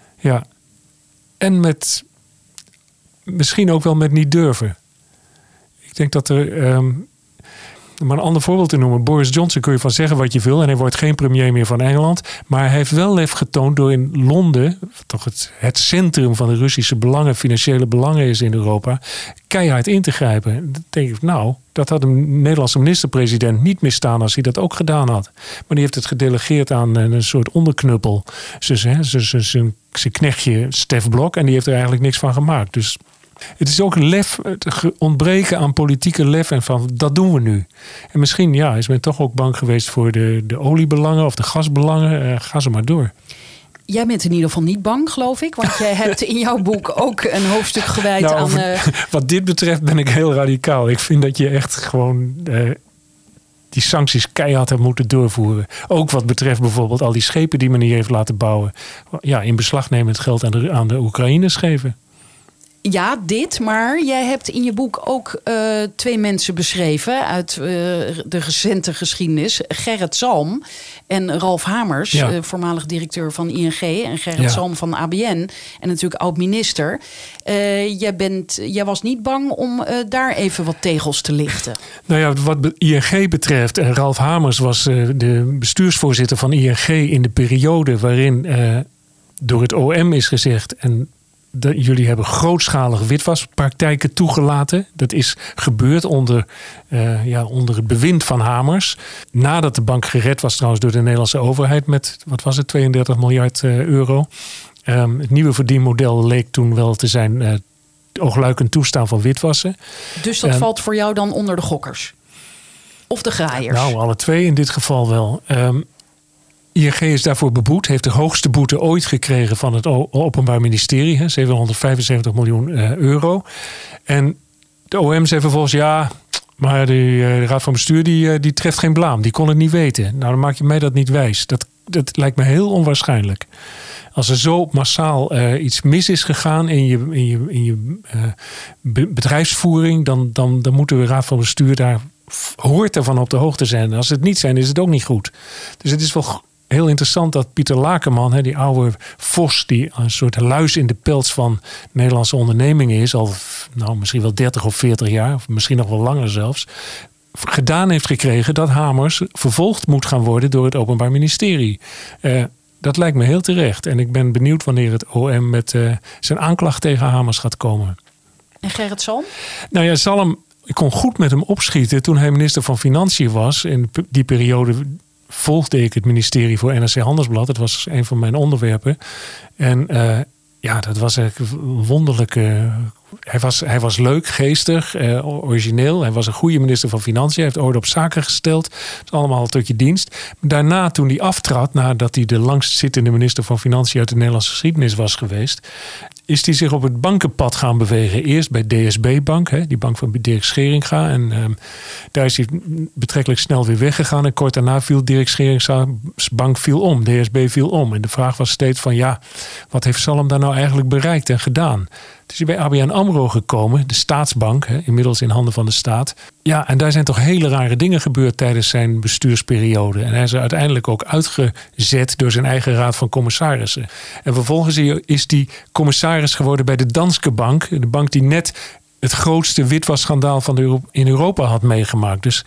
En met misschien ook wel met niet durven. Ik denk dat er maar een ander voorbeeld te noemen. Boris Johnson kun je van zeggen wat je wil. En hij wordt geen premier meer van Engeland. Maar hij heeft wel lef getoond door in Londen, toch het centrum van de Russische belangen, financiële belangen is in Europa, keihard in te grijpen. Dan denk ik, dat had een Nederlandse minister-president niet misstaan als hij dat ook gedaan had. Maar die heeft het gedelegeerd aan een soort onderknuppel. Zijn knechtje Stef Blok. En die heeft er eigenlijk niks van gemaakt. Dus het is ook lef, het ontbreken aan politieke lef en van dat doen we nu. En misschien is men toch ook bang geweest voor de oliebelangen of de gasbelangen. Ga zo maar door. Jij bent in ieder geval niet bang, geloof ik. Want jij hebt in jouw boek ook een hoofdstuk gewijd aan... Wat dit betreft ben ik heel radicaal. Ik vind dat je echt gewoon die sancties keihard hebt moeten doorvoeren. Ook wat betreft bijvoorbeeld al die schepen die men hier heeft laten bouwen. In beslag nemen het geld aan de Oekraïners geven. Ja, maar jij hebt in je boek ook twee mensen beschreven uit de recente geschiedenis. Gerrit Zalm en Ralf Hamers, voormalig directeur van ING. En Gerrit Zalm van ABN en natuurlijk oud-minister. Jij was niet bang om daar even wat tegels te lichten. Wat ING betreft, Ralf Hamers was de bestuursvoorzitter van ING in de periode waarin door het OM is gezegd jullie hebben grootschalige witwaspraktijken toegelaten. Dat is gebeurd onder het bewind van Hamers. Nadat de bank gered was trouwens door de Nederlandse overheid met, 32 miljard euro. Het nieuwe verdienmodel leek toen wel te zijn oogluikend toestaan van witwassen. Dus dat valt voor jou dan onder de gokkers? of de graaiers? Nou, alle twee in dit geval wel. ING is daarvoor beboet. Heeft de hoogste boete ooit gekregen van het Openbaar Ministerie. 775 miljoen euro. En de OM zei vervolgens, ja, maar de Raad van Bestuur die treft geen blaam. Die kon het niet weten. Nou, dan maak je mij dat niet wijs. Dat lijkt me heel onwaarschijnlijk. Als er zo massaal iets mis is gegaan in je bedrijfsvoering, dan moet de Raad van Bestuur daar hoort ervan op de hoogte zijn. Als het niet zijn, is het ook niet goed. Dus het is wel heel interessant dat Pieter Lakenman, die oude vos, die een soort luis in de pels van Nederlandse ondernemingen is, al misschien wel 30 of 40 jaar, of misschien nog wel langer zelfs, gedaan heeft gekregen dat Hamers vervolgd moet gaan worden door het Openbaar Ministerie. Dat lijkt me heel terecht. En ik ben benieuwd wanneer het OM met zijn aanklacht tegen Hamers gaat komen. En Gerrit Salm? Nou ja, Salm, ik kon goed met hem opschieten toen hij minister van Financiën was. In die periode volgde ik het ministerie voor NRC Handelsblad. Dat was een van mijn onderwerpen. En dat was eigenlijk een wonderlijke. Hij was leuk, geestig, origineel. Hij was een goede minister van Financiën. Hij heeft orde op zaken gesteld. Dat is allemaal tot je dienst. Daarna, toen hij aftrad, nadat hij de langstzittende minister van Financiën uit de Nederlandse geschiedenis was geweest, is hij zich op het bankenpad gaan bewegen. Eerst bij DSB Bank, die bank van Dirk Scheringa. En daar is hij betrekkelijk snel weer weggegaan. En kort daarna viel Dirk Scheringa's bank om. DSB viel om. En de vraag was steeds van, wat heeft Salm daar nou eigenlijk bereikt en gedaan? Toen is hij bij ABN AMRO gekomen, de staatsbank, inmiddels in handen van de staat. Ja, en daar zijn toch hele rare dingen gebeurd tijdens zijn bestuursperiode. En hij is er uiteindelijk ook uitgezet door zijn eigen raad van commissarissen. En vervolgens is hij commissaris geworden bij de Danske Bank. De bank die net het grootste witwasschandaal in Europa had meegemaakt. Dus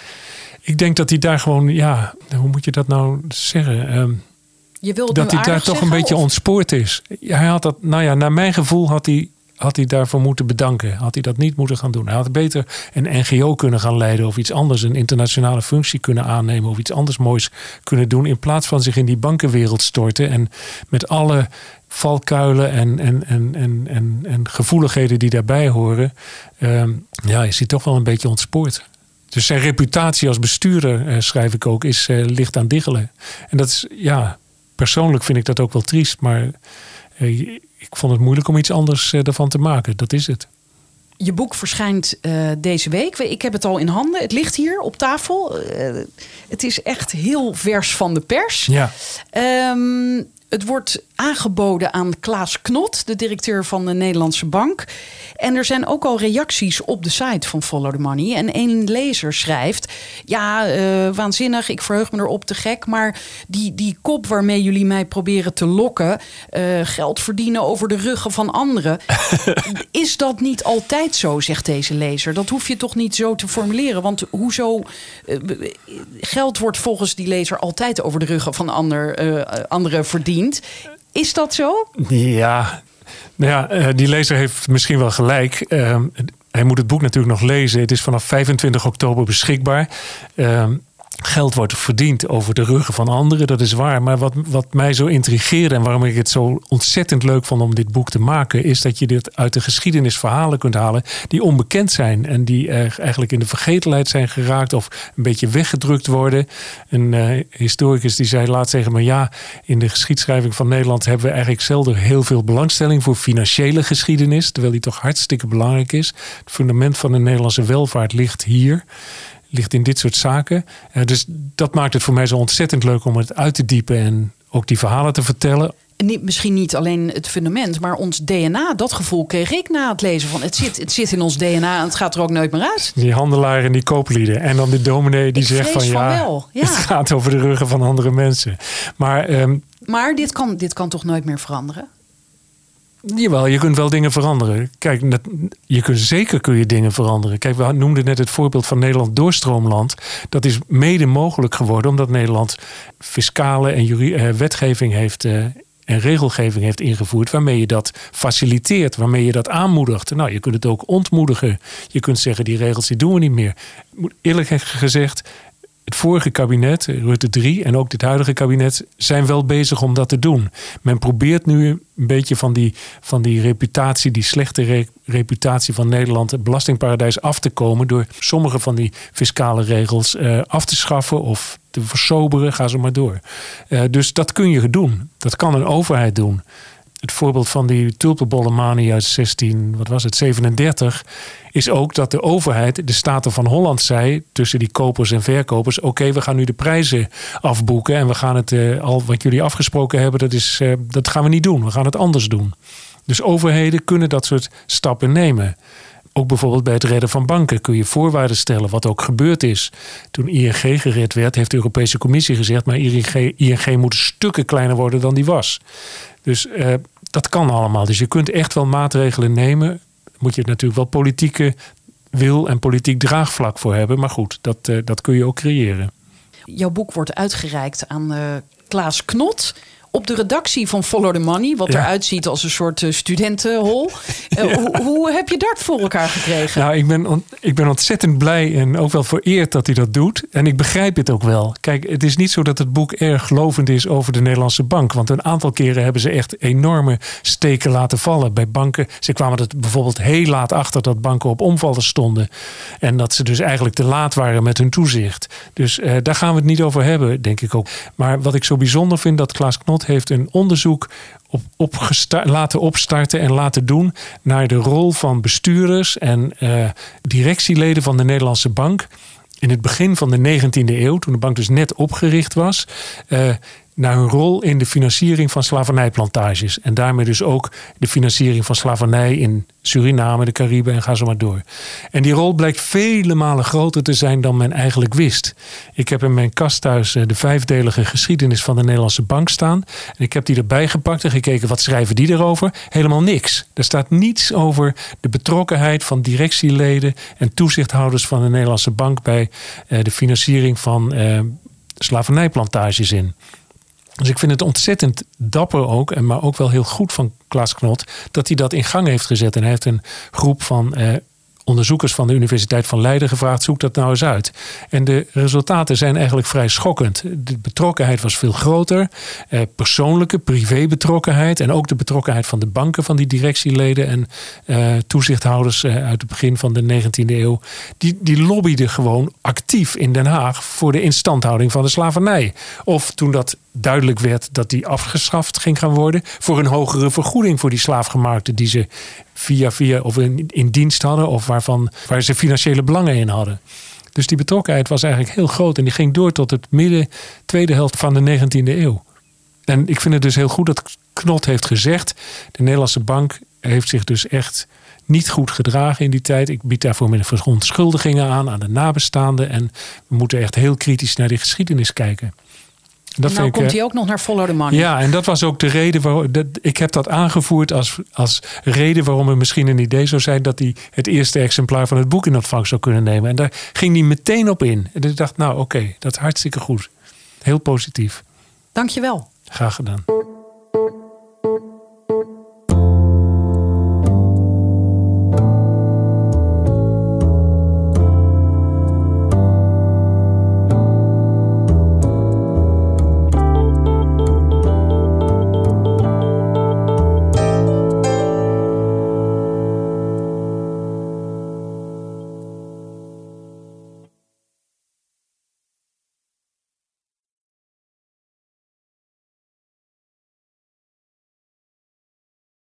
ik denk dat hij daar gewoon, hoe moet je dat nou zeggen? Dat hij daar toch een beetje ontspoord is. Hij had dat, naar mijn gevoel had hij daarvoor moeten bedanken. Had hij dat niet moeten gaan doen. Hij had beter een NGO kunnen gaan leiden of iets anders, een internationale functie kunnen aannemen of iets anders moois kunnen doen, in plaats van zich in die bankenwereld storten en met alle valkuilen en gevoeligheden die daarbij horen, is hij toch wel een beetje ontspoord. Dus zijn reputatie als bestuurder, schrijf ik ook, ligt aan diggelen. En dat is, persoonlijk vind ik dat ook wel triest, maar ik vond het moeilijk om iets anders ervan te maken. Dat is het. Je boek verschijnt deze week. Ik heb het al in handen. Het ligt hier op tafel. Het is echt heel vers van de pers. Ja. Het wordt aangeboden aan Klaas Knot, de directeur van de Nederlandse Bank. En er zijn ook al reacties op de site van Follow the Money. En een lezer schrijft, waanzinnig, ik verheug me erop, te gek. Maar die kop waarmee jullie mij proberen te lokken, geld verdienen over de ruggen van anderen. Is dat niet altijd zo, zegt deze lezer? Dat hoef je toch niet zo te formuleren? Want hoezo? Geld wordt volgens die lezer altijd over de ruggen van anderen verdiend. Is dat zo? Ja, die lezer heeft misschien wel gelijk. Hij moet het boek natuurlijk nog lezen. Het is vanaf 25 oktober beschikbaar. Geld wordt verdiend over de ruggen van anderen, dat is waar. Maar wat mij zo intrigeerde en waarom ik het zo ontzettend leuk vond om dit boek te maken, is dat je dit uit de geschiedenis verhalen kunt halen die onbekend zijn en die eigenlijk in de vergetelheid zijn geraakt of een beetje weggedrukt worden. Een historicus die zei laatst tegen me, in de geschiedschrijving van Nederland hebben we eigenlijk zelden heel veel belangstelling voor financiële geschiedenis, terwijl die toch hartstikke belangrijk is. Het fundament van de Nederlandse welvaart ligt in dit soort zaken. Dus dat maakt het voor mij zo ontzettend leuk om het uit te diepen en ook die verhalen te vertellen. Misschien niet alleen het fundament, maar ons DNA. Dat gevoel kreeg ik na het lezen van het zit in ons DNA en het gaat er ook nooit meer uit. Die handelaren en die kooplieden. En dan de dominee die zegt van het gaat over de ruggen van andere mensen. Maar dit kan toch nooit meer veranderen? Jawel, je kunt wel dingen veranderen. Kijk, zeker kun je dingen veranderen. Kijk, we noemden net het voorbeeld van Nederland doorstroomland. Dat is mede mogelijk geworden omdat Nederland fiscale en wetgeving heeft en regelgeving heeft ingevoerd waarmee je dat faciliteert, waarmee je dat aanmoedigt. Nou, je kunt het ook ontmoedigen. Je kunt zeggen, die regels die doen we niet meer. Eerlijk gezegd, Het vorige kabinet, Rutte 3 en ook dit huidige kabinet, zijn wel bezig om dat te doen. Men probeert nu een beetje van die reputatie, die slechte reputatie van Nederland, het belastingparadijs, af te komen door sommige van die fiscale regels af te schaffen of te versoberen. Ga zo maar door. Dus dat kun je doen. Dat kan een overheid doen. Het voorbeeld van die tulpenbollenmanie uit 1737 is ook dat de overheid, de Staten van Holland, zei tussen die kopers en verkopers: oké, we gaan nu de prijzen afboeken en we gaan het al wat jullie afgesproken hebben, dat gaan we niet doen. We gaan het anders doen. Dus overheden kunnen dat soort stappen nemen. Ook bijvoorbeeld bij het redden van banken kun je voorwaarden stellen, wat ook gebeurd is. Toen ING gered werd, heeft de Europese Commissie gezegd: maar ING moet stukken kleiner worden dan die was. Dus dat kan allemaal. Dus je kunt echt wel maatregelen nemen. Moet je natuurlijk wel politieke wil en politiek draagvlak voor hebben. Maar goed, dat kun je ook creëren. Jouw boek wordt uitgereikt aan Klaas Knot op de redactie van Follow the Money, wat eruit ziet als een soort studentenhol. Hoe heb je dat voor elkaar gekregen? Nou, ik ben ontzettend blij en ook wel vereerd dat hij dat doet. En ik begrijp het ook wel. Kijk, het is niet zo dat het boek erg lovend is over de Nederlandse bank. Want een aantal keren hebben ze echt enorme steken laten vallen bij banken. Ze kwamen er bijvoorbeeld heel laat achter dat banken op omvallen stonden. En dat ze dus eigenlijk te laat waren met hun toezicht. Dus daar gaan we het niet over hebben, denk ik ook. Maar wat ik zo bijzonder vind, dat Klaas Knot heeft een onderzoek laten opstarten en laten doen naar de rol van bestuurders en directieleden van de Nederlandse bank in het begin van de 19e eeuw, toen de bank dus net opgericht was, naar hun rol in de financiering van slavernijplantages. En daarmee dus ook de financiering van slavernij in Suriname, de Cariben en ga zo maar door. En die rol blijkt vele malen groter te zijn dan men eigenlijk wist. Ik heb in mijn kast thuis de 5-delige geschiedenis van de Nederlandse bank staan. En ik heb die erbij gepakt en gekeken, wat schrijven die erover? Helemaal niks. Er staat niets over de betrokkenheid van directieleden en toezichthouders van de Nederlandse bank bij de financiering van slavernijplantages in. Dus ik vind het ontzettend dapper ook, maar ook wel heel goed van Klaas Knot, dat hij dat in gang heeft gezet. En hij heeft een groep van onderzoekers van de Universiteit van Leiden gevraagd: zoek dat nou eens uit. En de resultaten zijn eigenlijk vrij schokkend. De betrokkenheid was veel groter. Persoonlijke, privébetrokkenheid. En ook de betrokkenheid van de banken, van die directieleden en toezichthouders uit het begin van de 19e eeuw. Die lobbyden gewoon actief in Den Haag voor de instandhouding van de slavernij. Of toen dat duidelijk werd dat die afgeschaft ging gaan worden, voor een hogere vergoeding voor die slaafgemaakten die ze via of in dienst hadden of waar ze financiële belangen in hadden. Dus die betrokkenheid was eigenlijk heel groot en die ging door tot het tweede helft van de 19e eeuw. En ik vind het dus heel goed dat Knot heeft gezegd: de Nederlandse bank heeft zich dus echt niet goed gedragen in die tijd. Ik bied daarvoor mijn verontschuldigingen aan de nabestaanden en we moeten echt heel kritisch naar die geschiedenis kijken. En nou komt hij ook nog naar Follow the Money. Ja, en dat was ook de reden waarom ik heb dat aangevoerd als reden waarom het misschien een idee zou zijn dat hij het eerste exemplaar van het boek in ontvangst zou kunnen nemen. En daar ging hij meteen op in. En ik dacht, nou oké, dat is hartstikke goed. Heel positief. Dank je wel. Graag gedaan.